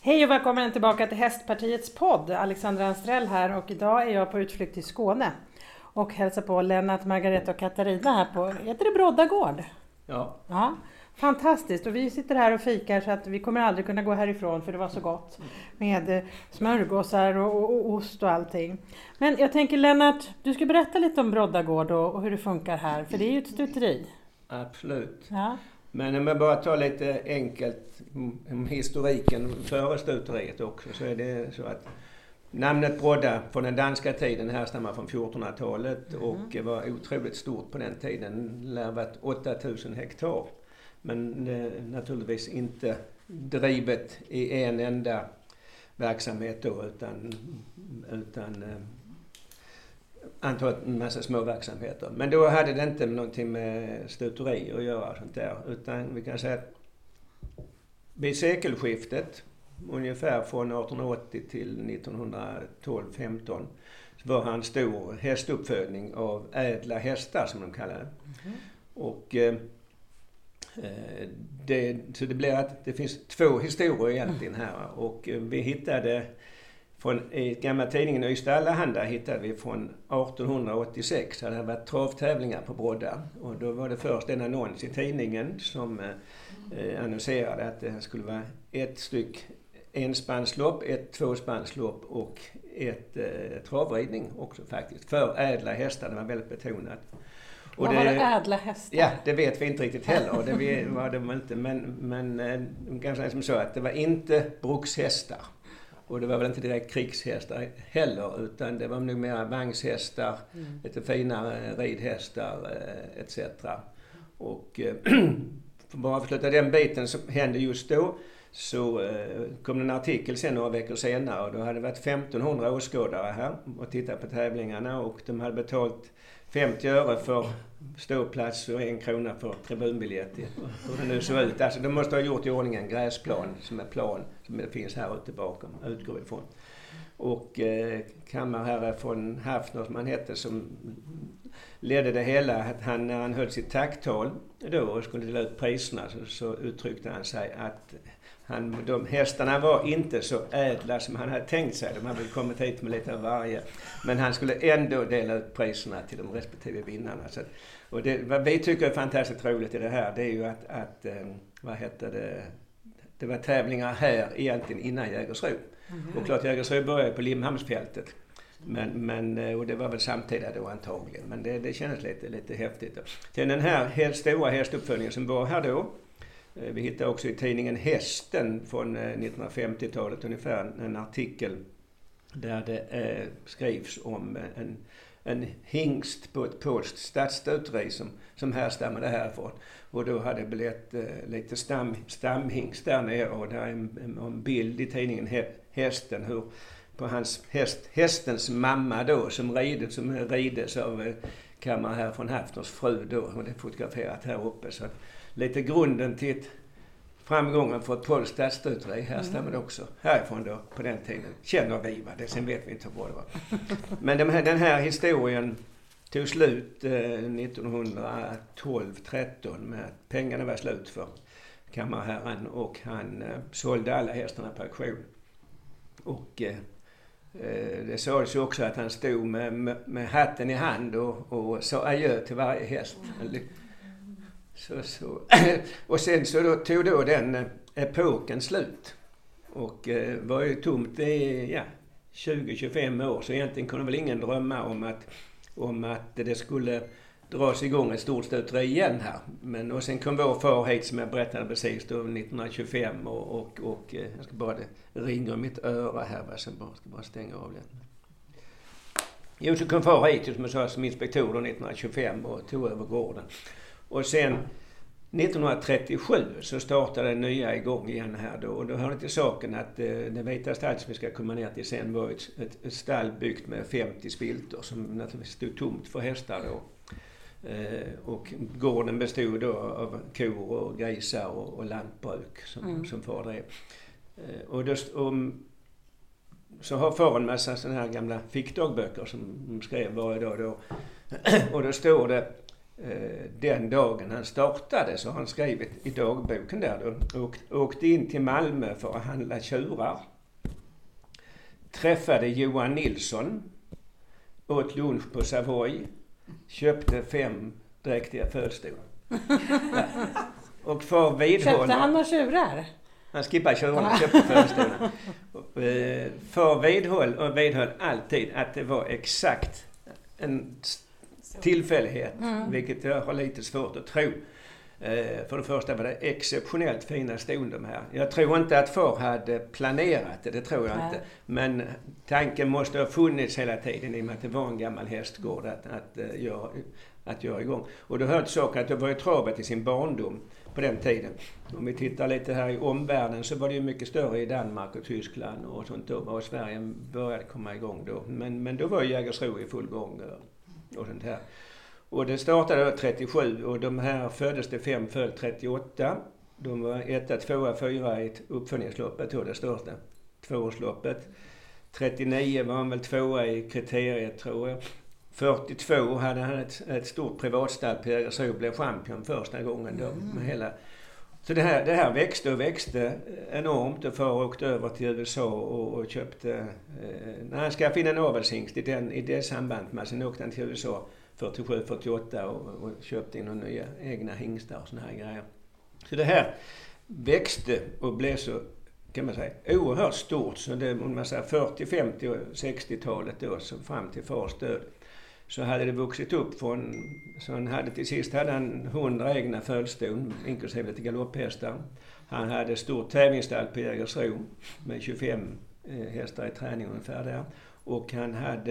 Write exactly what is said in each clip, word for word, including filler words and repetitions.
Hej och välkommen tillbaka till Hästpartiets podd. Alexandra Anstrell här och idag är jag på utflykt till Skåne. Och hälsar på Lennart, Margareta och Katarina här på, heter det Broddagård? Ja. Ja, fantastiskt. Och vi sitter här och fikar så att vi kommer aldrig kunna gå härifrån för det var så gott. Med smörgåsar och, och, och ost och allting. Men jag tänker Lennart, du ska berätta lite om Broddagård och, och hur det funkar här. För det är ju ett stuteri. Absolut. Ja. Men om jag bara tar lite enkelt om historiken före stuteriet också, så är det så att namnet Brodda från den danska tiden härstammar från fjortonhundratalet mm. och var otroligt stort på den tiden. Det lär varit åtta tusen hektar. Men det naturligtvis inte drivet i en enda verksamhet då, utan, utan antagligen en massa små verksamheter. Men då hade det inte någonting med stuteri att göra sånt där, utan vi kan säga att vid sekelskiftet, ungefär från arton åttio till nittonhundratolv femton, så var han stor hästuppfödning av ädla hästar som de kallar det. Mm. Och eh, det, så det blir att det finns två historier egentligen här, och vi hittade från i gamla tidningen Ystad Allehanda hittade vi från arton åttiosex, hade det varit travtävlingar på Brodda, och då var det först en annons i tidningen som eh, annonserade att det skulle vara ett styck enspannslopp, ett tvåspannslopp och ett eh, travridning också faktiskt, för ädla hästar, det var väldigt betonat. Och vad det, var det ädla hästar? Ja, det vet vi inte riktigt heller, och det var det inte, men, men eh, ganska som så att det var inte brukshästar. Och det var väl inte direkt krigshästar heller, utan det var nog mer vagnshästar, mm. lite finare ridhästar et cetera. Och eh, för bara att avsluta den biten som hände just då, så eh, kom en artikel sen några veckor senare, och då hade det varit femtonhundra åskådare här och tittat på tävlingarna, och de hade betalt femtio öre för ståplats och en krona för tribunbiljett. Hur det nu såg ut. Alltså de måste ha gjort i ordning en gräsplan som är plan som finns här ute bakom, utgår ifrån. Och eh, kammarherre från Hafner som han hette, som ledde det hela, att han när han höll sitt tacktal då och skulle dela ut priserna, så, så uttryckte han sig att han, de hästarna var inte så ädla som han hade tänkt sig. De hade väl kommit hit med lite av varje. Men han skulle ändå dela ut priserna till de respektive vinnarna. Så, och det, vad vi tycker är fantastiskt roligt i det här, det är ju att, att vad heter det, det var tävlingar här egentligen innan Jägersro. Mm. Och klart Jägersro började på Limhamnsfältet. Men, men, och det var väl samtidigt då antagligen. Men det, det kändes lite, lite häftigt. Då. Sen den här helt stora hästuppföljningen som var här då. Vi hittade också i tidningen Hästen från nittonhundrafemtiotalet ungefär en artikel där det eh, skrivs om en, en hingst på ett polskt stadsstuteri som, som härstammade härifrån. Och då hade det blivit eh, lite stam, stamhingst där nere, och där är en, en bild i tidningen Hästen hur på hans häst, hästens mamma då som rides, som rides av eh, kammar här från Hafners fru då, och det är fotograferat här uppe. Så lite grunden till framgången för ett polskt stadsstuteri här stämmer det också härifrån då på den tiden. Känner vi va, det, sen vet vi inte hur bra det var. Men de här, den här historien tog slut eh, nittonhundratolv tretton med att pengarna var slut för kammarherren, och han eh, sålde alla hästarna på auktion. Och eh, det sades ju också att han stod med, med, med hatten i hand och, och sa adjö till varje häst. Så, så. Och sen så då, tog då den epoken slut, och eh, var ju tomt i ja, tjugo till tjugofem år, så egentligen kunde väl ingen drömma om att, om att det skulle dras igång ett stort stuteri igen här. Men, och sen kom vår far hit som jag berättade precis då nittonhundratjugofem, och, och, och jag ska bara det ringer mitt öra här, va, så bara, ska bara stänga av den. Jo, så kom far hit som jag sa som inspektor då nittonhundratjugofem och tog över gården. Och sen nittonhundratrettiosju så startade den nya igång igen här då. Och då hörde till saken att eh, det vita stall som vi ska komma ner till sen var ett, ett, ett stall byggt med femtio spiltor som naturligtvis stod tomt för hästar då. Eh, och gården bestod då av kor och grisar och, och lantbruk som, mm. som far drev. Eh, och då, om, så har far en massa sådana här gamla fickdagböcker som de skrev varje dag då. Och då står det den dagen han startade så har han skrivit i dagboken där då. Åkt, åkte in till Malmö för att handla tjurar. Träffade Johan Nilsson. Åt lunch på Savoy. Köpte fem dräktiga födelsedagar. Ja. Och för vidhålla... Köpte han några tjurar? Han skippade tjurarna och köpte födelsedagarna. För vidhåll och vidhåll alltid att det var exakt en tillfällighet. Mm. Vilket jag har lite svårt att tro. För det första var det exceptionellt fina ston de här. Jag tror inte att far hade planerat det, det tror jag Nej. inte. Men tanken måste ha funnits hela tiden i och med att det var en gammal hästgård att, att, att, göra, att göra igång. Och du hörde saker att det var ju travet i sin barndom på den tiden. Om vi tittar lite här i omvärlden så var det ju mycket större i Danmark och Tyskland och sånt då. Och Sverige började komma igång då. Men, men då var ju Jägersro i full gång och sånt här. Och det startade då trettiosju och de här föddes det fem föll trettioåtta. De var etta, tvåa, fyra i ett uppföljningsloppet och det största tvåårsloppet. trettionio var han väl tvåa i kriteriet tror jag. fyrtiotvå hade han ett, ett stort privatstall på Jägersro och blev champion första gången då med hela. Så det här, det här växte och växte enormt och far åkte över till U S A och, och köpte, eh, när han ska finna en avelshingst i, den, i det sambandet med sen åkte han till U S A fyrtiosju fyrtioåtta och, och köpte in några nya egna hingstar och såna här grejer. Så det här växte och blev så, kan man säga, oerhört stort. Så det, om man säger fyrtio, femtio och sextiotalet då, så fram till fars död, så hade det vuxit upp från, så han hade till sist hade han hundra egna följston, inklusive lite galopphästar. Han hade stort tävlingsstall på Jägersro med tjugofem eh, hästar i träning ungefär där. Och han hade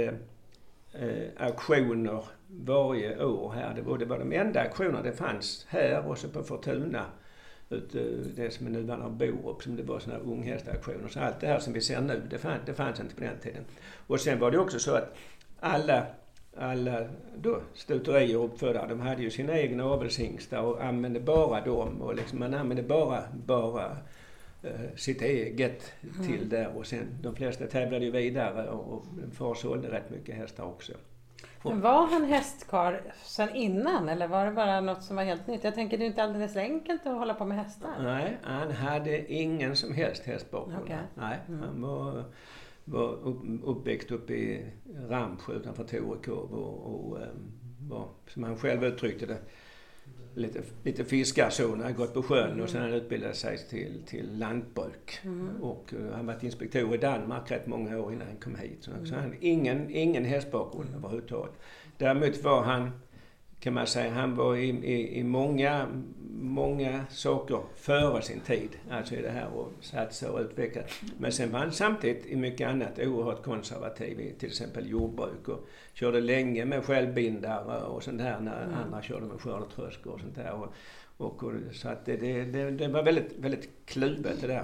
eh, auktioner varje år här. Det var, det var de enda auktioner det fanns här och så på Fortuna. Ut, det som är nuvarande Borup, som det var sådana här unghästauktioner. Så allt det här som vi ser nu, det fanns, det fanns inte på den tiden. Och sen var det också så att alla Alla då, stuterier och uppfödare, de hade ju sina egna avelshingstar och använde bara dem. Och liksom man använde bara, bara uh, sitt eget mm. till där. Och sen de flesta tävlade ju vidare och, och far sålde rätt mycket hästar också. Men var han hästkar sen innan eller var det bara något som var helt nytt? Jag tänker det är inte alldeles enkelt att hålla på med hästar. Nej, han hade ingen som helst hästbakgrund. Okay. Nej, mm. han var... var upp, uppväxt upp i Ramsjö utanför Torekov och, och var, som han själv uttryckte det, lite, lite fiskarson. Han gått på sjön mm. och sen han utbildade sig till, till lantbruk. Mm. Och uh, han var inspektör i Danmark rätt många år innan han kom hit. Så, mm. så han hade ingen, ingen hästbakgrund överhuvudtaget. Däremot var han, kan man säga, han var i, i, i många, många saker före sin tid. Alltså i det här och satsa och utveckla. Men sen var han samtidigt i mycket annat oerhört konservativ i till exempel jordbruk. Och körde länge med självbindare och sånt här när mm. andra körde med skördetröskor och sånt där. Och, och, och, så att det, det, det, det var väldigt, väldigt kluvet det där.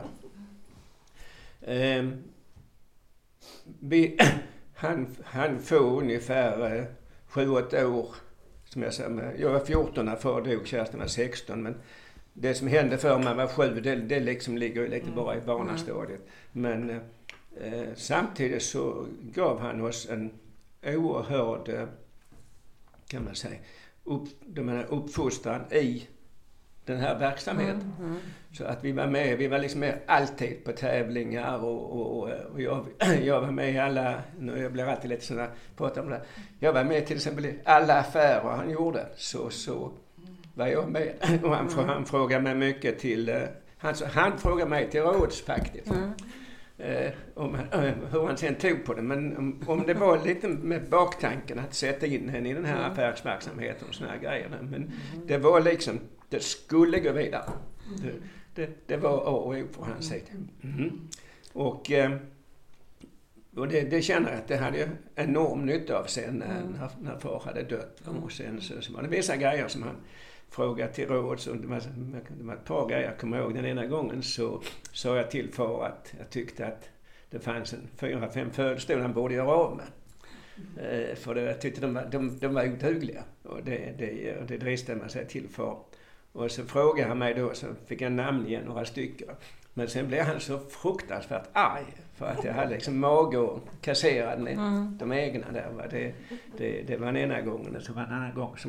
Um, vi, han, han får ungefär eh, sju åtta år. Som jag, sa, jag var fjorton när far dog, Kerstin var sexton, men det som hände för man var sju, det, det liksom ligger lite bara i barnastadiet. Men eh, samtidigt så gav han oss en oerhörd, kan man säga, upp, de menar, uppfostran i den här verksamheten. Mm, mm. Så att vi var med, vi var liksom med alltid på tävlingar och, och, och jag, jag var med i alla, nu jag blir alltid lite sådär, pratar om det. Jag var med till exempel i alla affärer han gjorde, så, så var jag med. Och han, mm. han frågade mig mycket till, han, han frågade mig till råds faktiskt. Mm. Eh, om, hur han sen tog på det, men om, om det var lite med baktanken att sätta in henne i den här mm. affärsverksamheten och såna här grejer. Men mm. det var liksom, det skulle gå vidare. Det, det, det var A och O för hans sida. Mm. Och, och det, det känner jag att det hade enorm nytta av sen när, mm. när, när far hade dött. Och sen så, så var det vissa grejer som han frågade till råds. Det var, det var ett par grejer, jag kommer ihåg den ena gången så sa jag till far att jag tyckte att det fanns en fyra, fem födelsedagar han borde göra av med. Mm. För det, jag tyckte de var, de, de var odugliga. Och det, det, det dristade man sig till far. Och så frågade han mig då, så fick jag namnge några stycken. Men sen blev han så fruktansvärt arg för att jag hade liksom mage och kasserade mm. de egna där. Det, det, det var en ena gången och så var en annan gång som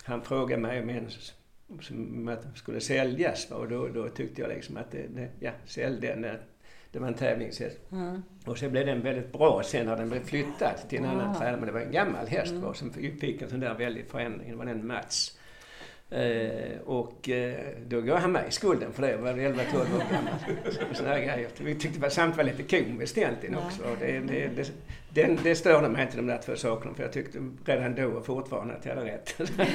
han frågade mig om en som skulle säljas. Va? Och då, då tyckte jag liksom att det, det, ja, sälj den. Det var en tävlingshäst. Mm. Och så blev den väldigt bra. Sen har den blivit flyttad till en annan tränare. Men det var en gammal häst mm. som fick en sån där väldigt förändring. Det var en Mats. Eh, och eh, då gav han mig skulden för det. Jag var elva tolv år gammal. Såna här grejer. Vi tyckte det var samt var lite komiskt egentligen också. Och det, det, det, det, det störde mig inte de där två sakerna. För jag tyckte redan då och fortfarande att jag hade rätt.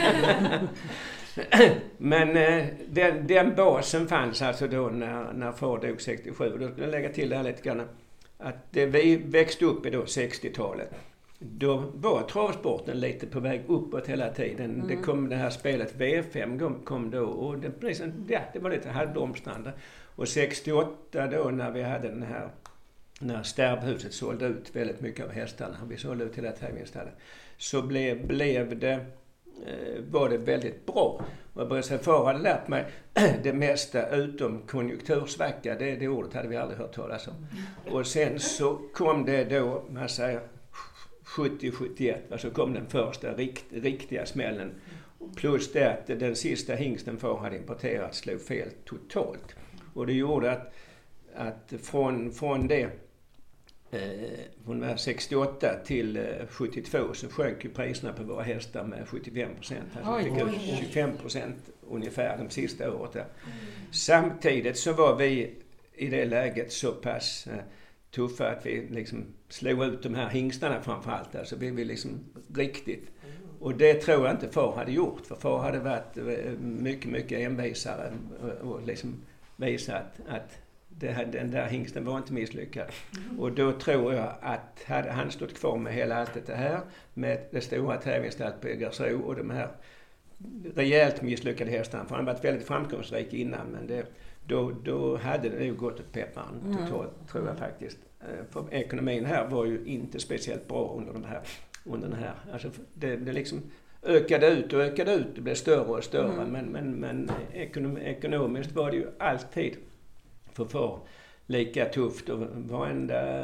Men eh, den, den basen fanns alltså då när, när far dog sextiosju. Och då skulle jag lägga till det här lite grann. Att det vi växte upp i då sextiotalet. Då var travsporten lite på väg uppåt hela tiden. Mm. Det kom det här spelet V fem kom, kom då och det, ja, det var lite halvblomstrande. Och sextioåtta då när vi hade den här, när Stärbhuset sålde ut väldigt mycket av hästarna, vi sålde ut hela tävlingsstallet, så blev, blev det, eh, var det väldigt bra. Och jag började säga, far hade lärt mig det mesta utom konjunktursvacka, det, det ordet hade vi aldrig hört talas om. Mm. Och sen så kom det då, man säger, sjuttio sjuttioett, så kom den första rikt, riktiga smällen. Plus det att den sista hingsten far hade importerat slog fel totalt. Och det gjorde att, att från, från det eh, från sextioåtta till eh, sjuttiotvå så sjönk ju priserna på våra hästar med sjuttiofem procent. Alltså fick ut tjugofem procent ungefär de sista året där. Mm. Samtidigt så var vi i det läget så pass eh, tuffa att vi liksom slog ut de här hingstarna framförallt. Alltså vi vill liksom riktigt. Och det tror jag inte far hade gjort. För far hade varit mycket, mycket envisare och, och liksom visat att det här, den där hingsten var inte misslyckad. Mm. Och då tror jag att hade han stått kvar med hela allt det här, med det stora tävlingsstallet på Jägersro och de här rejält misslyckade hästarna. För han har varit väldigt framgångsrik innan, men det, då, då hade det ju gått åt pepparn totalt, mm. tror jag faktiskt. För ekonomin här var ju inte speciellt bra under de här, under den här. Alltså det, det liksom ökade ut och ökade ut, det blev större och större. Mm. Men, men, men ekonom, ekonomiskt var det ju alltid för far lika tufft. Och varenda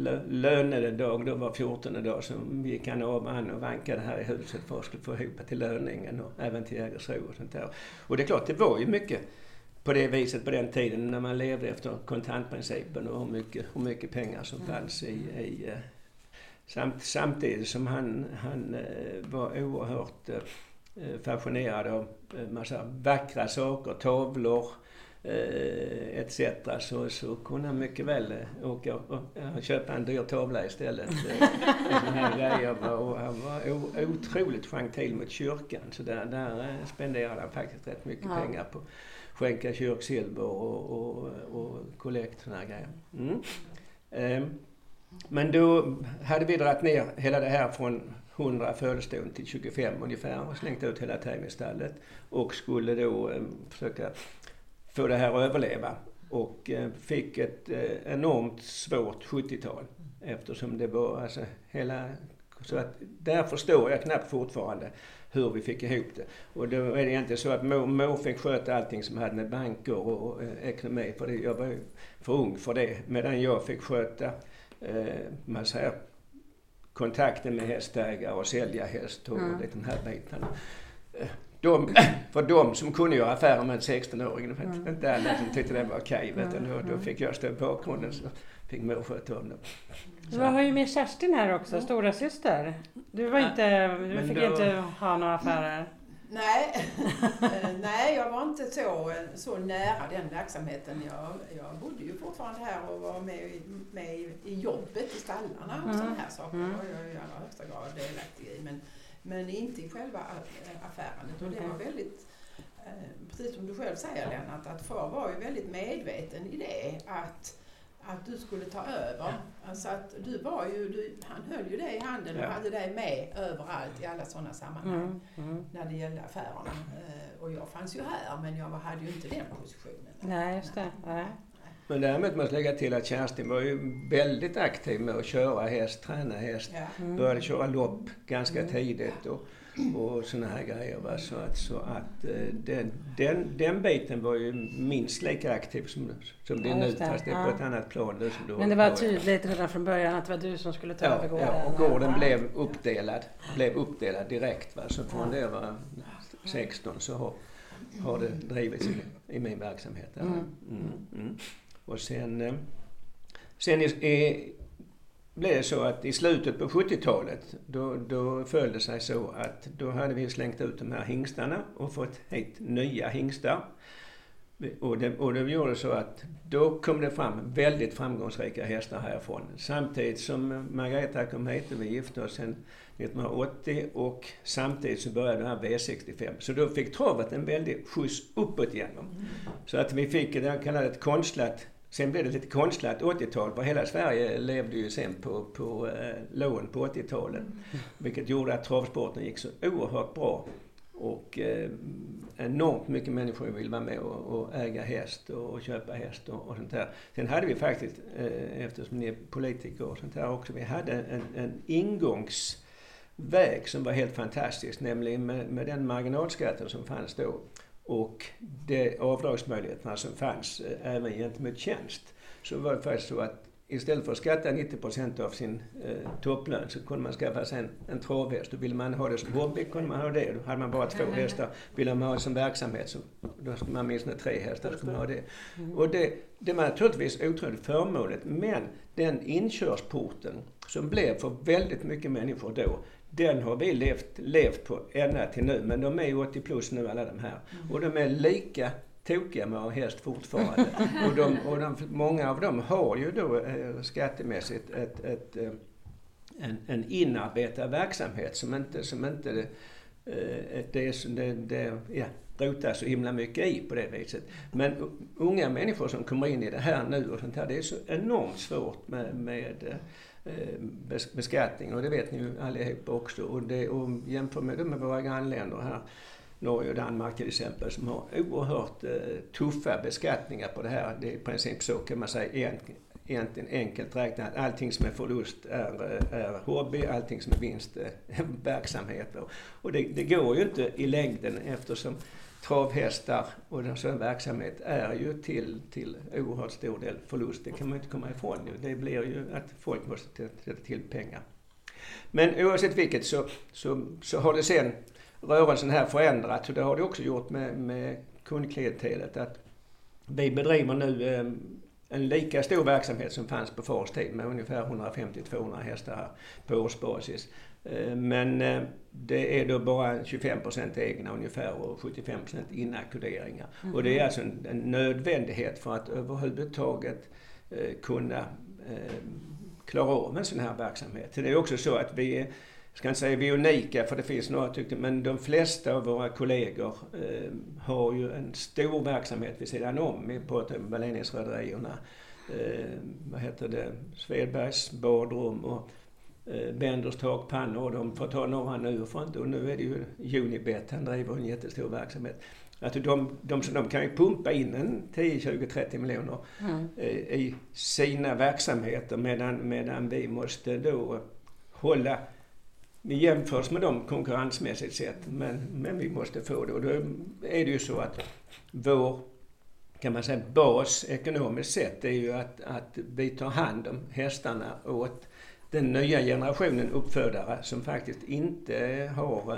lönedag, då var fjortonde dag som gick han av han och vankade här i huset för att skulle få ihop till löningen och även till Jägersro och sånt där. Och det är klart, det var ju mycket på det viset på den tiden när man levde efter kontantprincipen och hur mycket, hur mycket pengar som fanns i, i samt, samtidigt som han, han var oerhört fascinerad av massa vackra saker, tavlor et cetera så, så kunde han mycket väl åka och köpa en dyr tavla istället. Och han var otroligt gentil mot kyrkan, så där, där spenderade han faktiskt rätt mycket ja. pengar på skänka kyrksilver och, och, och kollekt såna här grejer. Mm. Um, men då hade vi dragit ner hela det här från hundra födelsedagar till tjugofem ungefär och slängt ut hela tävlingsstallet och skulle då um, försöka få det här att överleva och uh, fick ett uh, enormt svårt sjuttiotal eftersom det var alltså hela, så att där förstår jag knappt fortfarande hur vi fick ihop det. Och då är det egentligen så att mor, mor fick sköta allting som hade med banker och, och eh, ekonomi. För det, jag var ju för ung för det. Medan jag fick sköta eh, man säger, kontakten med hästägare och sälja häst och mm. de här bitarna. De, för de som kunde göra affärer med en sexton-åring, mm. inte alla som tyckte det var okej. Okay, mm. då, då fick jag stå i bakgrunden så fick mor sköta om det. Du har ju med Kerstin här också, mm. stora syster. Du var inte, du men fick då... inte ha några affärer. Nej, nej, jag var inte så, så nära den verksamheten. Jag, jag bodde ju fortfarande här och var med, med i jobbet i stallarna och mm. sådana här saker. Mm. Och jag är i allra högsta grad delaktig i, men, men inte i själva affären. Och det var väldigt, precis som du själv säger Lennart, att far var ju väldigt medveten i det att att du skulle ta över. Alltså att du var ju, du, han höll ju dig i handen och ja. hade dig med överallt i alla sådana sammanhang mm, mm. när det gällde affärerna. Uh, och jag fanns ju här, men jag hade ju inte den positionen. Nej, just det. Nej. Men därmed måste jag lägga till att Kerstin var ju väldigt aktiv med att köra häst, träna häst. Ja. Mm. Började köra lopp ganska mm. tidigt och, och såna här grejer. Va? Så att, så att den, den, den biten var ju minst lika aktiv som, som det är ja, nu, fast det är på ja. ett annat plan. Nu, som Men det var tydligt redan från början att det var du som skulle ta ja, över gården. Ja, och gården ja. blev uppdelad, blev uppdelad direkt. Va? Så från ja. det var sexton så har, har det drivits i, i min verksamhet. Där. Mm. Mm. Mm. Och sen, sen i, i, blev det så att i slutet på sjuttiotalet då, då följde det sig så att då hade vi slängt ut de här hingstarna och fått hit nya hingstar. Och det, och det gjorde så att då kom det fram väldigt framgångsrika hästar härifrån. Samtidigt som Margareta kom hit och vi gifte oss sen nittonhundraåttio och samtidigt så började det här V sextiofem. Så då fick travet en väldigt skjuts uppåt igenom. Mm. Så att vi fick det jag kallar ett konstlat, sen blev det lite konstlat åttiotal, för hela Sverige levde ju sen på, på eh, lån på åttiotalet. Mm. Vilket gjorde att travsporten gick så oerhört bra. Och eh, enormt mycket människor vill vara med och, och äga häst och, och köpa häst och, och sånt där. Sen hade vi faktiskt, eh, eftersom ni är politiker och sånt där också, vi hade en, en ingångsväg som var helt fantastisk, nämligen med, med den marginalskatten som fanns då och de avdragsmöjligheterna som fanns eh, även gentemot tjänst. Så var det faktiskt så att istället för att skatta nittio procent av sin eh, topplön så kunde man skaffa sig en, en travhäst. Och ville man ha det som hobby kunde man ha det. Då hade man bara två hästar. Ville man ha det som verksamhet så då skulle man minst tre hästar. Skulle man ha det. Mm. Och det, det var naturligtvis otroligt förmånligt. Men den inkörsporten som blev för väldigt mycket människor då, den har vi levt, levt på ända till nu. Men de är åttio plus nu alla de här. Mm. Och de är lika tokiga med att ha häst fortfarande. och de, och de, många av dem har ju då eh, skattemässigt ett, ett, eh, en, en inarbetad verksamhet som inte, som inte eh, det, det, det ja, rotar så himla mycket i på det viset. Men unga människor som kommer in i det här nu och sånt här, det är så enormt svårt med, med eh, beskattning och det vet ni ju allihop också. Och, det, och jämför med det med våra grannländer här, Norge och Danmark till exempel, som har oerhört eh, tuffa beskattningar på det här. Det är i princip så kan man säga egentligen enkelt räknat. Allting som är förlust är, är hobby, allting som är vinst är verksamheter. Och det, det går ju inte i längden eftersom travhästar och den sån verksamhet är ju till, till oerhört stor del förlust. Det kan man inte komma ifrån nu. Det blir ju att folk måste sätta till pengar. Men oavsett vilket så, så, så har det sen rörelsen här förändrats och det har det också gjort med, med kundklientelet. Att vi bedriver nu eh, en lika stor verksamhet som fanns på Fars tid med ungefär hundrafemtio till tvåhundra hästar här på årsbasis. Eh, men eh, det är då bara tjugofem procent egna ungefär och sjuttiofem procent inackorderingar. Mm. Och det är alltså en, en nödvändighet för att överhuvudtaget eh, kunna eh, klara av en sån här verksamhet. Det är också så att vi Jag ska inte säga vi är unika, för det finns några tyckte, men de flesta av våra kollegor eh, har ju en stor verksamhet vid sidan om på Walleniusrederierna. Eh, vad heter det? Svedbergs badrum och eh, Benders takpannor och de får ta några nu och får inte. Och nu är det ju Unibet, han driver en jättestor verksamhet. Alltså de, de, de kan ju pumpa in en tio, tjugo, trettio miljoner mm. eh, i sina verksamheter medan, medan vi måste då hålla. Vi jämförs med dem konkurrensmässigt sett, men, men vi måste få det. Och då är det ju så att vår, kan man säga, bas ekonomiskt sett är ju att, att vi tar hand om hästarna åt den nya generationen uppfödare som faktiskt inte har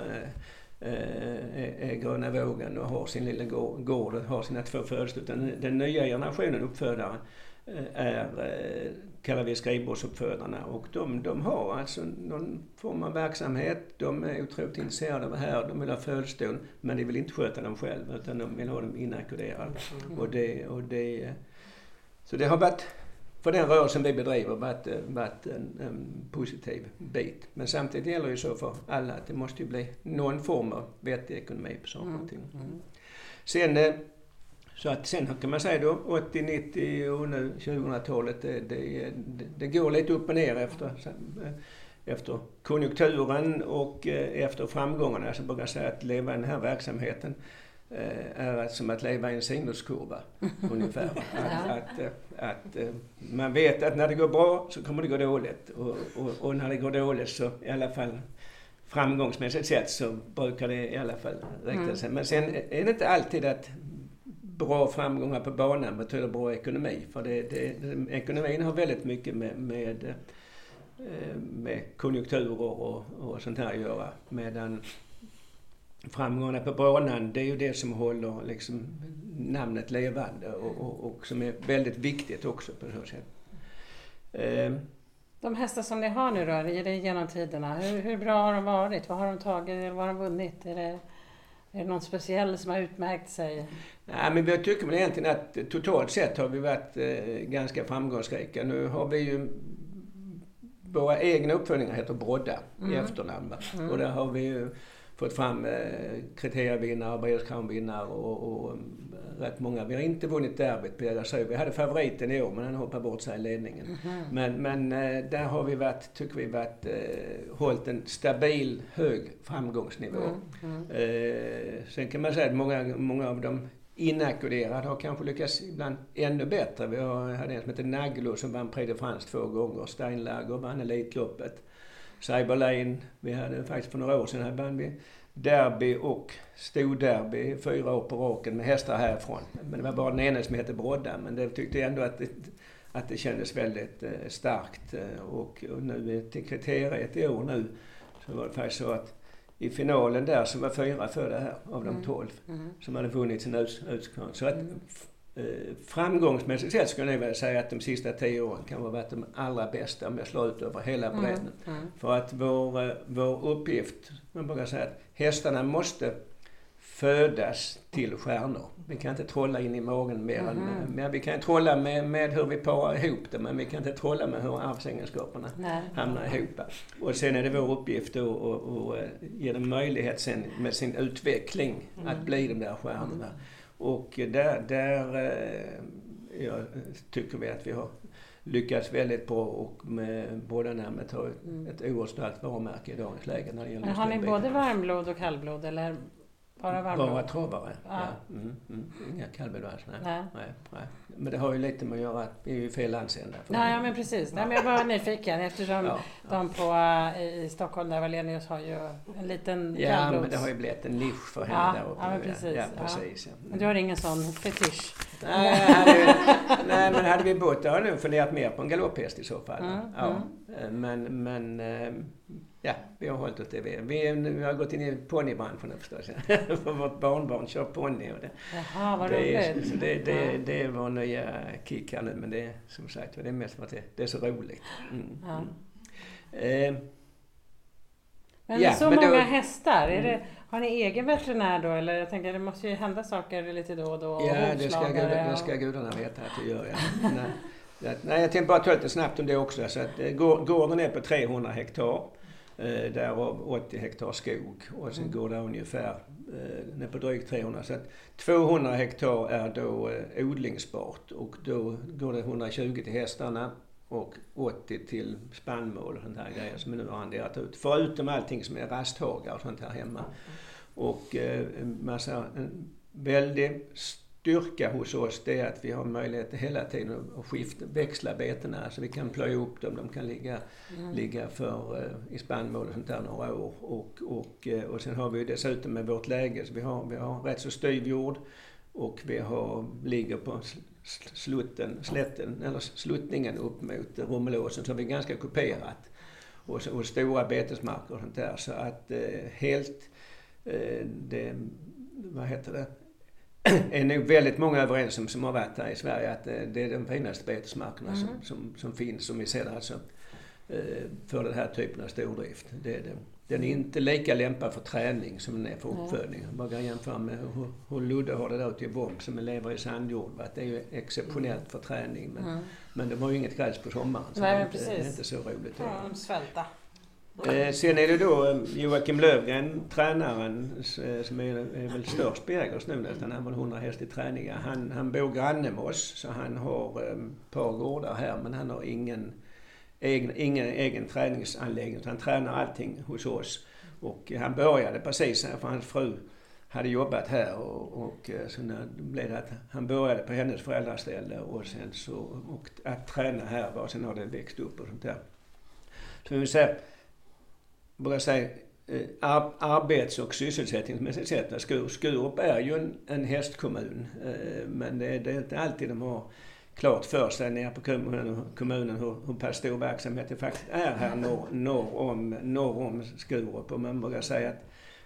äh, är gröna vågen och har sin lilla gård och har sina två födelser, utan den nya generationen uppfödare är, kallar vi skrivbordsuppfödarna, och de, de har alltså någon form av verksamhet, de är otroligt intresserade av det här, de vill ha födelsedagen, men de vill inte sköta dem själv utan de vill ha dem inackorderade. Mm. Och det, och det, så det har varit, för den rörelsen vi bedriver, varit, varit en, en positiv bit. Men samtidigt gäller ju så för alla att det måste ju bli någon form av vettig ekonomi på saker och ting. Mm. Sen Så att sen kan man säga då åttio, nittio och nu tjugohundratalet, det, det, det går lite upp och ner efter, efter konjunkturen och efter framgångarna. Så brukar jag säga att leva i den här verksamheten är som att leva i en sinuskurva ungefär. Att, att, att, att man vet att när det går bra så kommer det gå dåligt och, och, och när det går dåligt så i alla fall framgångsmässigt sett så brukar det i alla fall räkna sig. Men sen är det inte alltid att bra framgångar på banan betyder bra ekonomi. För det, det, det, ekonomin har väldigt mycket med, med, med konjunkturer och, och sånt här att göra. Medan framgångarna på banan, det är ju det som håller liksom namnet levande och, och, och som är väldigt viktigt också på så sätt. Eh, De hästar som ni har nu då, är det genom tiderna, hur, hur bra har de varit? Vad har de tagit? Vad har de vunnit? Är det, är det någon speciell som har utmärkt sig? Nej, men jag tycker väl egentligen att totalt sett har vi varit eh, ganska framgångsrika. Nu har vi ju våra egna uppföljningar heter Brodda mm. i efternamn. Mm. Och där har vi ju fått fram eh, kriterievinnare, Bredskamvinnare och, och rätt många. Vi har inte vunnit derbyt på Jägersro. Vi hade favoriten i år men han hoppade bort sig i ledningen. Mm. Men, men eh, där har vi varit, tycker vi varit, eh, hållit en stabil hög framgångsnivå. Mm. Mm. Eh, sen kan man säga att många, många av dem inakkuderade har kanske lyckats ibland ännu bättre. Vi har, hade en som heter Naglo som vann Prix de France två gånger. Steinlager vann Elitloppet. Cyberlane, vi hade faktiskt för några år sedan här vann vi derby och storderby fyra år på raken med hästar härifrån. Men det var bara den ena som hette Brodda, men det tyckte jag ändå att det, att det kändes väldigt eh, starkt. Och, och nu till kriteriet i år nu så var det faktiskt så att i finalen där så var fyra för det här av de tolv mm. Mm. som hade vunnit sin utskån. Så att mm. eh, framgångsmässigt sett skulle jag vilja säga att de sista tio åren kan ha varit de allra bästa om jag slår ut över hela bredden. Mm. Mm. För att vår, vår uppgift, man brukar säga att hästarna måste födas till stjärnor. Vi kan inte trolla in i magen mer mm. än, men vi kan trolla med, med hur vi parar ihop det, men vi kan inte trolla med hur arvsegenskaperna hamnar ihop. Och sen är det vår uppgift att, att, att ge dem möjlighet sen med sin utveckling mm. att bli de där stjärnorna. Mm. Och där, där ja, tycker vi att vi har lyckats väldigt bra och med båda namnet har ett, mm. ett oerhört starkt varumärke i dagens läge. När det gäller men har ni både varmblod och kallblod eller? Bara, bara travare, ja. ja. Mm, mm. Inga kallblod alls, nej. Nej. Nej, nej. Men det har ju lite med att göra att vi är ju fel landsända. Nej, ja, men precis. Ja. Nej, men jag var nyfiken eftersom ja, ja. de på, i Stockholm där Valenius har ju en liten ja, kallblods. Ja, men det har ju blivit en nisch för henne ja, där uppe. Ja, men precis. Ja, precis ja. Ja. Men du har ingen sån fetisch? Nej, hade, nej, men hade vi bott, då hade jag nog funderat mer på en galopphäst i så fall. Mm, ja. Mm. Men, men ja, vi har hållit åt det. Vi, vi, vi har gått in i ponnybranschen förstås. För vårt barnbarn kör ponny. Och det, Jaha, vad det, roligt. Så det, det, det, det är vår nya kick här nu. Men det är som sagt, det är mest för att det, det är så roligt. Mm. Ja. Mm. Eh, men ja, så men många då, hästar, är det, har ni egen veterinär då? Eller jag tänker det måste ju hända saker lite då och då. Ja, det ska, gudarna, det ska gudarna veta att det gör jag. Nej, nej, jag tänkte bara ta lite snabbt om det också. Så att, gården är på trehundra hektar. Eh, därav åttio hektar skog och sen mm. går det ungefär eh, ner på drygt trehundra. Så att tvåhundra hektar är då eh, odlingsbart och då går det etthundratjugo till hästarna och åttio till spannmål och sånt här grejer som vi nu har arrenderat ut. Förutom allting som är rasthagar och sånt här hemma. Och eh, massa, en väldigt styrka hos oss det är att vi har möjlighet hela tiden att skifta, växla betena så vi kan plöja upp dem, de kan ligga, mm. ligga för, uh, i spannmål och sånt där några år. Och, och, uh, och sen har vi dessutom med vårt läge, så vi har, vi har rätt så styv jord och vi har, ligger på slutten, slätten, eller sluttningen upp mot Rummelåsen så vi är ganska kuperat. Och, och stora betesmarker och sånt där så att uh, helt, uh, det, vad heter det? är nog väldigt många överens om som har varit här i Sverige att det är de finaste betesmarkerna mm. som, som, som finns som vi ser alltså för den här typen av stordrift. Det är det. Den är inte lika lämpad för träning som den är för uppfödning. Mm. Man kan jämföra med hur, hur Ludde har det där ute i Bomb som lever i sandjord. Det är ju exceptionellt för träning men, mm. men det var ju inget gräs på sommaren så nej, det, är inte, det är inte så roligt. Ja, de svälta. Eh, sen är det då Joakim Lövgren, tränaren som är, är väl störst på Jägers nu nästan, han var hundra häst i träningar. Han, han bor granne med oss så han har ett eh, par gårdar här men han har ingen egen, ingen egen träningsanläggning utan han tränar allting hos oss. Och han började precis här för hans fru hade jobbat här och, och så när det blev det att han började på hennes föräldraställe och sen så och att träna här var sen har det växt upp och sånt där. Så vi vill säga bara säga, ar- arbets- och sysselsättningsmässigt sett. Skur- Skurup är ju en, en hästkommun, eh, men det, det är inte alltid de har klart för sig nere på kommunen, kommunen hur, hur pass stor verksamhet det faktiskt är här norr, norr, om, norr om Skurup. Och man vågar säga att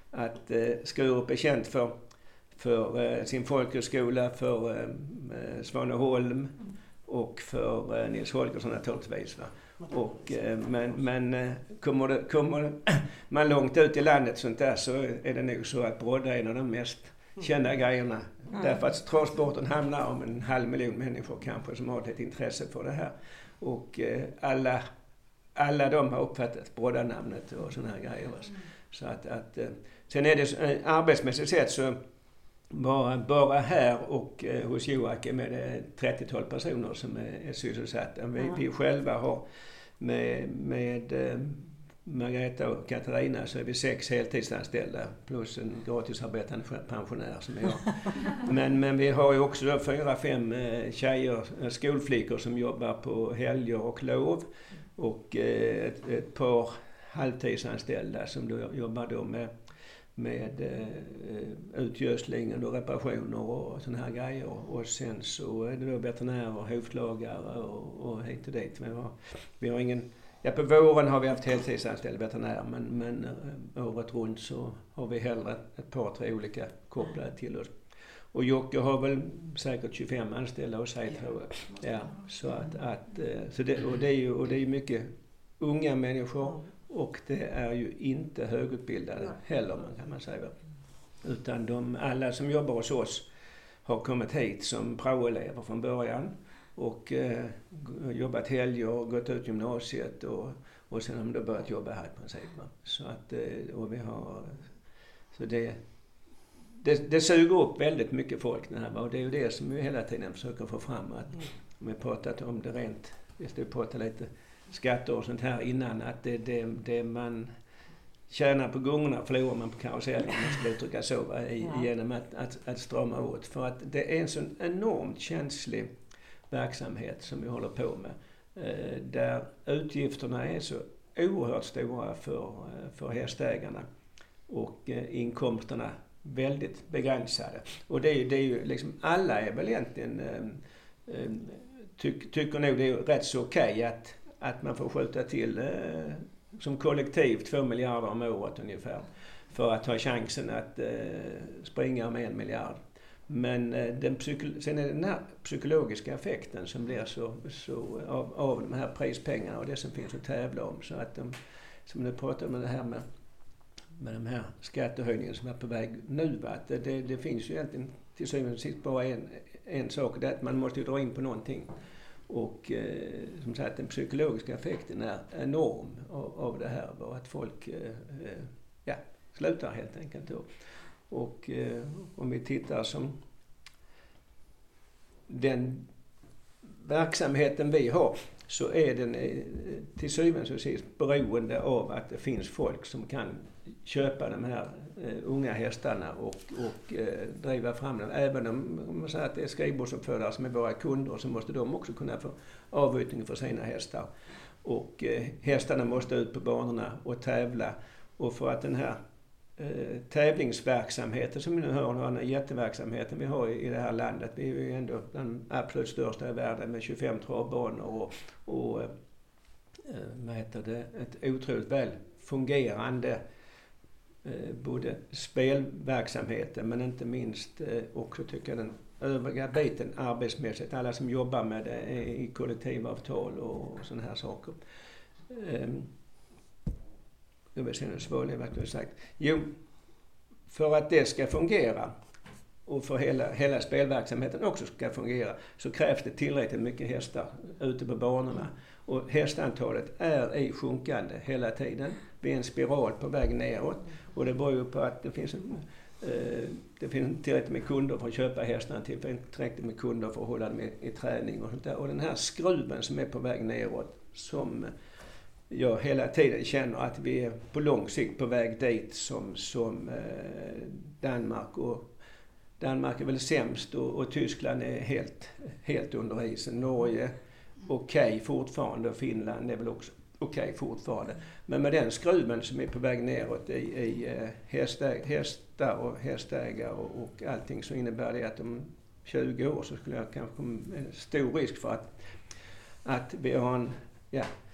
att eh, Skurup är känt för, för eh, sin folkhögskola, för eh, Svaneholm och för eh, Nils Holgersson naturligtvis. Va? Och, eh, men men eh, kommer, det, kommer man långt ut i landet sånt där, så är det nog så att brodda är en av de mest kända grejerna. Mm. Därför att travsporten handlar om en halv miljon människor kanske som har ett intresse för det här. Och eh, alla, alla de har uppfattat brodda-namnet och såna här grejer. Mm. Så att, att, eh, sen är det eh, arbetsmässigt sett så bara, bara här och eh, hos Joakim är det trettiotal personer som är, är sysselsatta. Vi, mm. vi själva har med, med eh, Margareta och Katarina så är vi sex heltidsanställda plus en gratisarbetande pensionär som är jag. Men, men vi har ju också då fyra, fem eh, tjejer, skolflickor som jobbar på helger och lov och eh, ett, ett par halvtidsanställda som då jobbar då med, med eh, utgödslingen och reparationer och såna här grejer. Och sen så är det då veterinärer, hovslagare och, och hit och dit. Vi har, vi har ingen... Ja, på våren har vi haft heltidsanställda veterinärer, men, men äh, året runt så har vi hellre ett par, tre olika kopplade till oss. Och Jocke har väl säkert tjugofem anställda hos sig, tror jag. Ja, så att, att, så det, och det är ju och det är mycket unga människor och det är ju inte högutbildade heller, man kan man säga. Utan de, alla som jobbar hos oss har kommit hit som praoelever från början. Och eh, jobbat helger och gått ut gymnasiet och, och sen har de då börjat jobba här i princip. Så att, eh, och vi har, så det, det, det suger upp väldigt mycket folk det här. Och det är ju det som vi hela tiden försöker få fram. Att, om vi pratat om det rent, vi ska prata lite skatter och sånt här innan, att det, det, det man tjänar på gångerna förlorar man på karusellen, om man skulle uttrycka så, va, i, ja. genom att, att, att strama åt. För att det är en sån enormt känslig verksamhet som vi håller på med. Eh, där utgifterna är så oerhört stora för, för hästägarna och eh, inkomsterna väldigt begränsade. Och det är ju, det är ju liksom, alla är väl egentligen, eh, eh, tyck, tycker nog det är rätt så okej okay att, att man får skjuta till eh, som kollektiv två miljarder om året ungefär för att ha chansen att eh, springa med en miljard. Men den psyko- sen är det den här psykologiska effekten som blir så, så av, av de här prispengarna och det som finns att tävla om. Så att de, som du pratar om det här med, med de här skattehöjningarna som är på väg nu, att det, det, det finns ju egentligen till syvende och sist bara en, en sak, det är att man måste ju dra in på någonting. Och eh, som sagt, den psykologiska effekten är enorm av, av det här, och att folk eh, ja, slutar helt enkelt då. Och eh, om vi tittar som den verksamheten vi har, så är den eh, till syvende och sist beroende av att det finns folk som kan köpa de här eh, unga hästarna och, och eh, driva fram dem. Även om, om man säger att det är skrivbordsuppfödare som är våra kunder, så måste de också kunna få avbytning för sina hästar. Och eh, hästarna måste ut på banorna och tävla. Och för att den här Eh, tävlingsverksamheten som vi nu hör, den jätteverksamheten vi har i, i det här landet. Vi är ju ändå den absolut största i världen med tjugofem travbanor och, och eh, vad heter det, ett otroligt väl fungerande eh, både spelverksamheten men inte minst eh, också tycker jag den övriga biten arbetsmässigt. Alla som jobbar med det i kollektivavtal och, och sådana här saker. Eh, Jag vill säga svårligen vad du har sagt. Jo, för att det ska fungera och för hela, hela spelverksamheten också ska fungera, så krävs det tillräckligt mycket hästar ute på banorna. Och hästantalet är i sjunkande hela tiden. Vi är en spiral på väg neråt. Och det beror ju på att det finns, en, eh, det finns tillräckligt med kunder för att köpa hästarna till, tillräckligt med kunder för att hålla dem i, i träning och sånt där. Och den här skruven som är på väg neråt, som jag hela tiden känner att vi är på lång sikt på väg dit som, som eh, Danmark. Och Danmark är väl sämst och, och Tyskland är helt, helt under isen. Norge okej okay, fortfarande, och Finland är väl också okej okay, fortfarande. Men med den skruven som är på väg neråt i, i eh, hästäg, hästar och hästägare och, och allting, så innebär det att om tjugo år så skulle jag kanske en stor risk för att, att vi har en... Ja,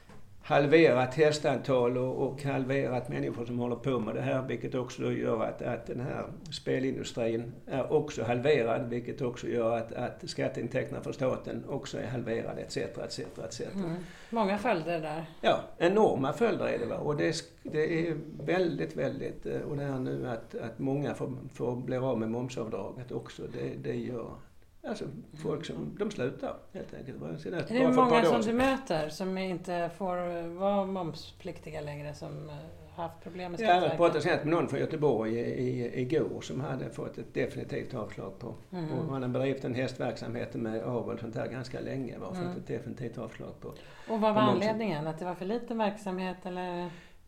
halverat hästantal och, och halverat människor som håller på med det här, vilket också gör att, att den här spelindustrin är också halverad, vilket också gör att, att skatteintäkterna för staten också är halverade, et cetera, et cetera, et cetera. Mm. Många följder där. Ja, enorma följder är det, va? Och det, det är väldigt, väldigt, och det här nu att, att många får, får bli av med momsavdraget också, det, det gör... Alltså folk som, de slutar helt enkelt. Är det många som du möter som inte får vara momspliktiga längre, som har haft problem med Skatteverket? Jag pratade med någon från Göteborg i, i, igår som hade fått ett definitivt avslag på. Mm. Och han har bedrivit en hästverksamhet med avel och sånt där ganska länge. Var mm. fått ett definitivt avslag på. Och vad var anledningen? Att det var för liten verksamhet eller?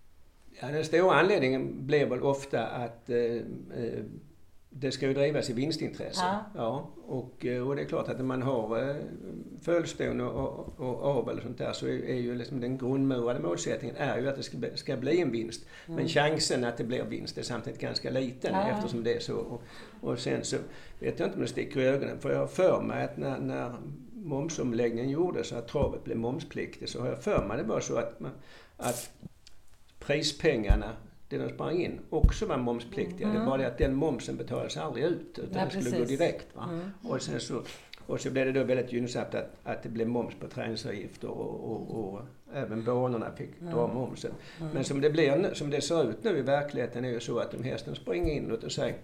Ja, den stora anledningen blev väl ofta att eh, eh, det ska ju drivas i vinstintresse. Ja. Ja, och, och det är klart att när man har eh, följston och, och, och avel och sånt där, så är, är ju liksom den grundmurade målsättningen är ju att det ska, ska bli en vinst. Mm. Men chansen att det blir vinst är samtidigt ganska liten, ja. Eftersom det är så. Och, och sen så vet jag inte om det sticker i ögonen, för jag har för mig att när, när momsomläggningen gjordes så att travet blev momspliktigt, så har jag för mig det var så att, man, att prispengarna, det de sprang in, också var momspliktiga. Mm. Det var det att den momsen betalades aldrig ut, utan ja, den skulle gå direkt. Va? Mm. Och, sen så, och så blev det då väldigt gynnsamt att, att det blev moms på träningsavgifter och, och, och även banorna fick mm. dra momsen. Mm. Men som det, blir, som det ser ut nu i verkligheten är ju så att om hästen springer in, låt oss säga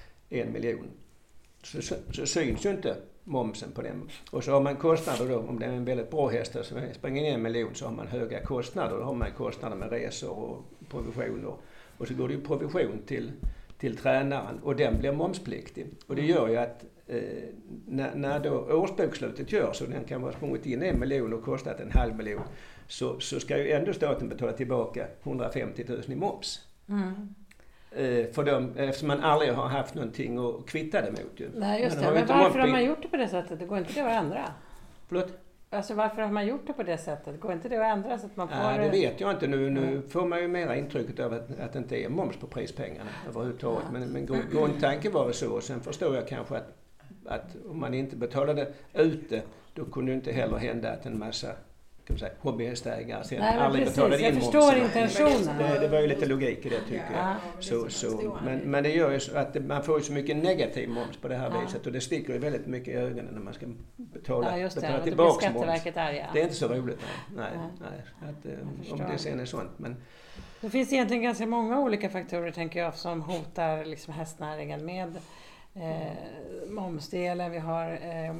en miljon, så, så, så syns ju inte momsen på den. Och så har man kostnader då, om det är en väldigt bra häst som springer in en miljon, så har man höga kostnader. Då har man kostnader med resor och provisioner. Och så går det ju provision till, till tränaren och den blir momspliktig. Och det gör ju att eh, när, när då årsbokslutet görs och den kan vara sprungit in en miljon och kostat en halv miljon, så, så ska ju ändå staten betala tillbaka hundrafemtio tusen i moms. Mm. Eh, för dem, eftersom man aldrig har haft någonting att kvitta det mot. Ju. Nej, just det. Men, men varför har man gjort det på det sättet? Det går inte det att ändra? Förlåt? Alltså varför har man gjort det på det sättet? Går inte det att ändra så att man får... Ja, det vet jag inte. Nu, nu får man ju mera intrycket av att, att det inte är moms på prispengarna överhuvudtaget. Men, men grundtanken var det så. Och sen förstår jag kanske att, att om man inte betalade ute, då kunde det inte heller hända att en massa hobbyhästägare sen Nej, aldrig precis. betalade in momsen. Jag förstår intentionen. Det, det var ju lite logik i det, tycker ja. jag. Så, så, men, men det gör ju så att det, man får ju så mycket negativ moms på det här ja. viset. Och det sticker ju väldigt mycket i ögonen när man ska betala, ja, betala det. tillbaka moms. Är, ja. Det är inte så roligt. Nej, nej, nej. Att, om det sen är sånt. Men... Det finns egentligen ganska många olika faktorer, tänker jag, som hotar liksom hästnäringen med eh, momsdelen. Vi har eh,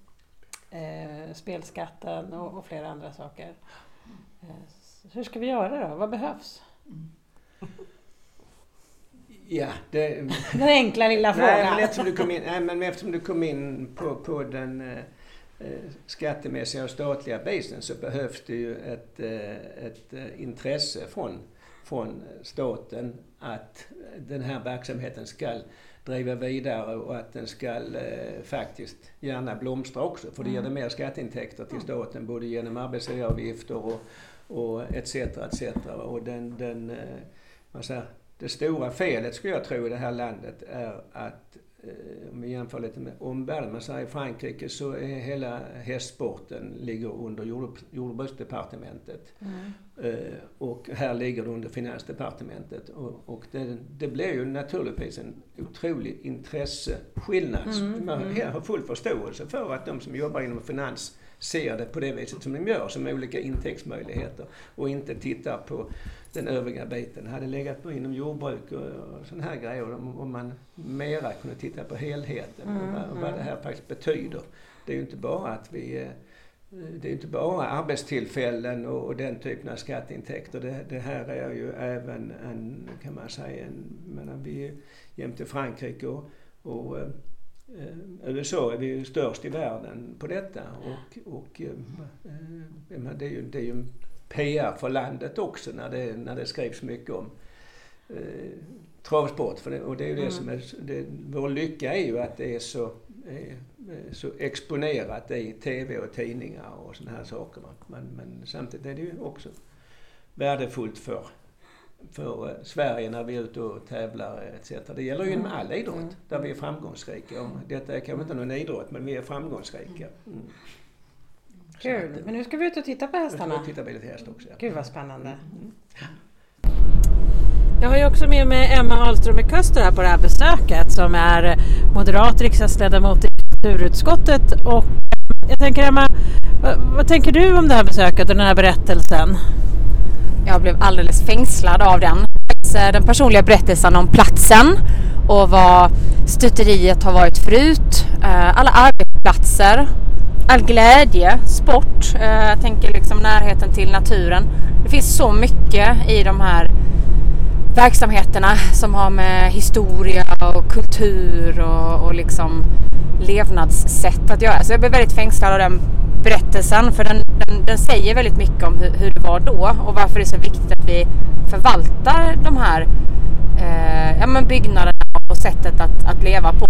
Eh, spelskatten och, och flera andra saker. Eh, hur ska vi göra då? Vad behövs? Ja, det... Den enkla lilla frågan. Nej, men eftersom du kom in, nej, men eftersom du kom in på, på den eh, skattemässiga och statliga biten, så behövs det ju ett, eh, ett eh, intresse från, från staten att den här verksamheten ska driva vidare och att den ska eh, faktiskt gärna blomstra också. För det ger det mer skatteintäkter till staten, både genom arbetsgivaravgifter och, och et cetera et cetera. Och den, den, eh, man säger, det stora felet, skulle jag tro, i det här landet är att eh, om vi jämför lite med omvärlden, man säger i Frankrike så är hela hästsporten ligger under jord, jordbruksdepartementet. Mm. Eh, och här ligger det under finansdepartementet. Och, och det, det blir ju naturligtvis en otrolig intresseskillnad. Mm. Man mm. har full förståelse för att de som jobbar inom finans ser det på det viset som de gör, som olika intäktsmöjligheter, och inte tittar på den övriga biten. Hade legat på inom jordbruk och, och sån här grejer, om, om man mera kunde titta på helheten mm, och, vad, och vad det här faktiskt betyder. Det är ju inte bara att vi det är inte bara arbetstillfällen och, och den typen av skatteintäkter. Det, det här är ju även en, kan man säga, en, menar vi jämte Frankrike och, och eh, U S A är vi ju störst i världen på detta. Och, och eh, det är ju, det är ju en P R för landet också när det, när det skrivs mycket om eh, travsport. För det, och det är ju det mm. som är, det, vår lycka är ju att det är så är, så exponerat i tv och tidningar och såna här saker. Men, men samtidigt är det ju också värdefullt för, för Sverige när vi är ute och tävlar et cetera. Det gäller ju inom all idrott där vi är framgångsrika. Och detta är kanske inte någon idrott, men vi är framgångsrika. Mm. Kul, men nu ska vi ut och titta på hästarna. Nu ska vi titta på lite häst också. Ja. Gud vad spännande. Mm. Jag har ju också med mig Emma Ahlström Köster här på det här besöket som är moderat riksdagsledamot i kulturutskottet. Och jag tänker Emma, vad, vad tänker du om det här besöket och den här berättelsen? Jag blev alldeles fängslad av den. Den personliga berättelsen om platsen och vad stuteriet har varit förut. Alla arbetsplatser, all glädje, sport. Jag tänker liksom närheten till naturen. Det finns så mycket i de här verksamheterna som har med historia och kultur och, och liksom levnadssätt att göra. Så jag blev väldigt fängslad av den berättelsen för den, den, den säger väldigt mycket om hur, hur det var då och varför det är så viktigt att vi förvaltar de här eh, ja, men byggnaderna och sättet att, att leva på.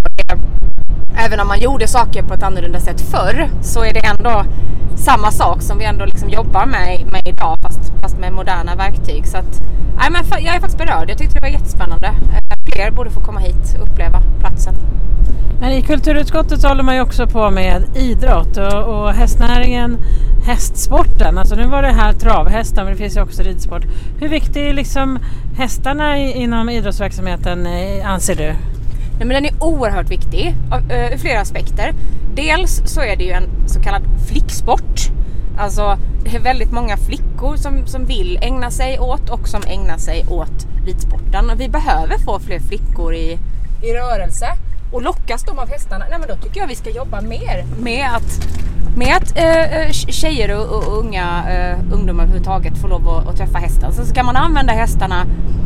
Även om man gjorde saker på ett annorlunda sätt förr så är det ändå samma sak som vi ändå liksom jobbar med, med idag fast, fast med moderna verktyg. Så att, nej, men jag är faktiskt berörd. Jag tyckte det var jättespännande. Fler borde få komma hit och uppleva platsen. Men i kulturutskottet så håller man ju också på med idrott och, och hästnäringen, hästsporten. Alltså nu var det här travhästar men det finns ju också ridsport. Hur viktig är liksom hästarna inom idrottsverksamheten anser du? Nej, men den är oerhört viktig ur flera aspekter. Dels så är det ju en så kallad flicksport. Alltså det är väldigt många flickor som, som vill ägna sig åt och som ägnar sig åt ridsporten. Och vi behöver få fler flickor i, i rörelse. Och lockas de av hästarna, nej men då tycker jag vi ska jobba mer med att, med att äh, tjejer och, och unga äh, ungdomar överhuvudtaget får lov att, att träffa hästar. Så ska man använda hästarna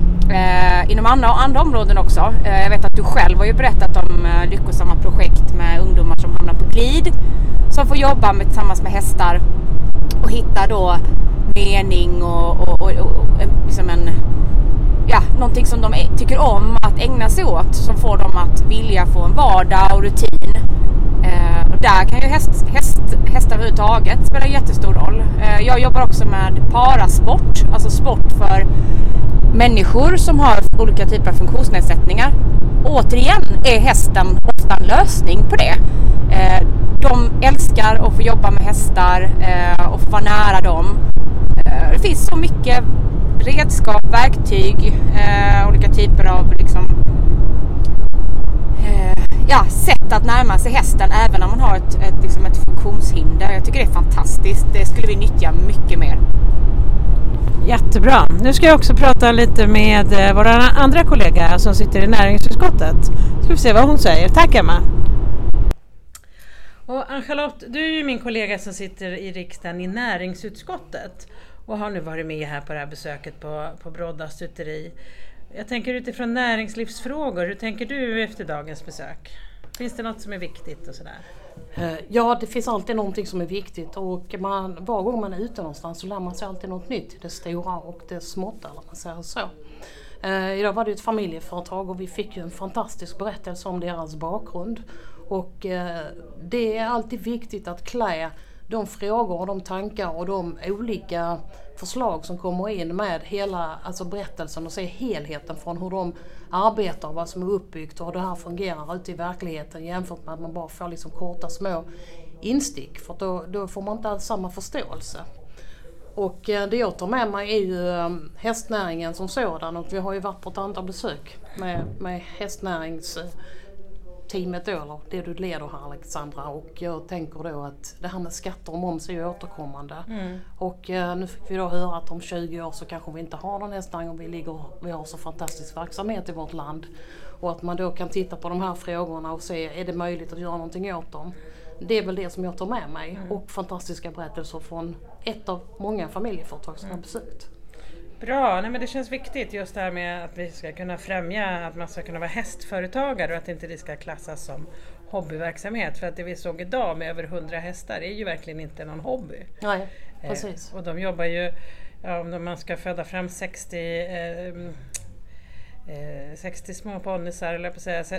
äh, inom andra, andra områden också. Äh, jag vet att du själv har ju berättat om äh, lyckosamma projekt med ungdomar som hamnar på glid. Som får jobba med, tillsammans med hästar och hitta då mening och, och, och, och liksom en... Ja, någonting som de tycker om att ägna sig åt som får dem att vilja få en vardag och rutin. Eh, och där kan ju häst, häst, hästar överhuvudtaget spela en jättestor roll. Eh, jag jobbar också med parasport, alltså sport för människor som har olika typer av funktionsnedsättningar. Återigen är hästen ofta en lösning på det. Eh, de älskar att få jobba med hästar eh, och få vara nära dem. Eh, det finns så mycket redskap, verktyg, eh, olika typer av liksom, eh, ja, sätt att närma sig hästen även om man har ett, ett, liksom ett funktionshinder. Jag tycker det är fantastiskt. Det skulle vi nyttja mycket mer. Jättebra. Nu ska jag också prata lite med eh, vår andra kollega som sitter i näringsutskottet. Ska vi se vad hon säger. Tack Emma. Och Ann-Charlotte, du är ju min kollega som sitter i riksdagen i näringsutskottet. Och har nu varit med här på det här besöket på, på Brodda stuteri. Jag tänker utifrån näringslivsfrågor, hur tänker du efter dagens besök? Finns det något som är viktigt och sådär? Ja, det finns alltid någonting som är viktigt och man, var gång man är ute någonstans så lär man sig alltid något nytt. Det stora och det småtta, eller man säger så. Eh, idag var det ett familjeföretag och vi fick ju en fantastisk berättelse om deras bakgrund. Och eh, det är alltid viktigt att klä de frågor och de tankar och de olika förslag som kommer in med hela alltså berättelsen och se helheten från hur de arbetar och vad som är uppbyggt och hur det här fungerar ute i verkligheten jämfört med att man bara får liksom korta små instick för då, då får man inte alls samma förståelse. Och det jag tar med mig är ju hästnäringen som sådan och vi har ju varit på ett antal besök med, med hästnärings teamet då, eller det du leder här Alexandra, och jag tänker då att det här med skatter och moms är ju återkommande. Mm. Och eh, nu fick vi då höra att om tjugo år så kanske vi inte har någon hästnäring och vi, ligger, vi har så fantastisk verksamhet i vårt land. Och att man då kan titta på de här frågorna och se, är det möjligt att göra någonting åt dem? Det är väl det som jag tar med mig. Mm. Och fantastiska berättelser från ett av många familjeföretag som mm. har besökt. Bra, nej men det känns viktigt just det här med att vi ska kunna främja att man ska kunna vara hästföretagare och att inte det ska klassas som hobbyverksamhet. För att det vi såg idag med över hundra hästar är ju verkligen inte någon hobby. Nej, precis. Eh, och de jobbar ju, ja, om man ska föda fram sextio, eh, eh, sextio små ponnysar eller på att säga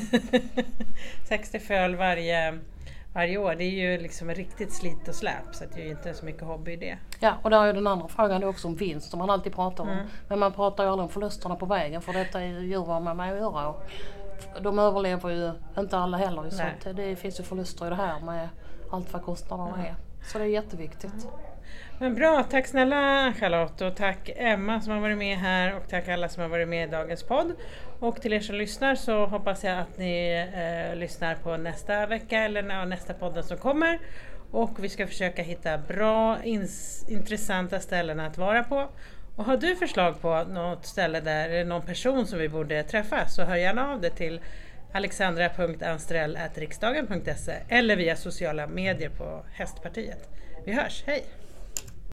sextio föl varje... Varje år, det är ju liksom en riktigt slit och släp så att det är ju inte så mycket hobby i det. Ja, och där är ju den andra frågan också om vinst som man alltid pratar om. Mm. Men man pratar ju aldrig om förlusterna på vägen för detta är ju djur vad man med att göra. Och de överlever ju inte alla heller så att det finns ju förluster i det här med allt vad kostnaderna är. Så det är jätteviktigt. Men bra, tack snälla Charlotte och tack Emma som har varit med här och tack alla som har varit med i dagens podd. Och till er som lyssnar så hoppas jag att ni eh, lyssnar på nästa vecka eller nä- nästa podden som kommer. Och vi ska försöka hitta bra, ins- intressanta ställen att vara på. Och har du förslag på något ställe där eller någon person som vi borde träffa så hör gärna av det till alexandra punkt anstrell snabel-a riksdagen punkt se eller via sociala medier på Hästpartiet. Vi hörs, hej!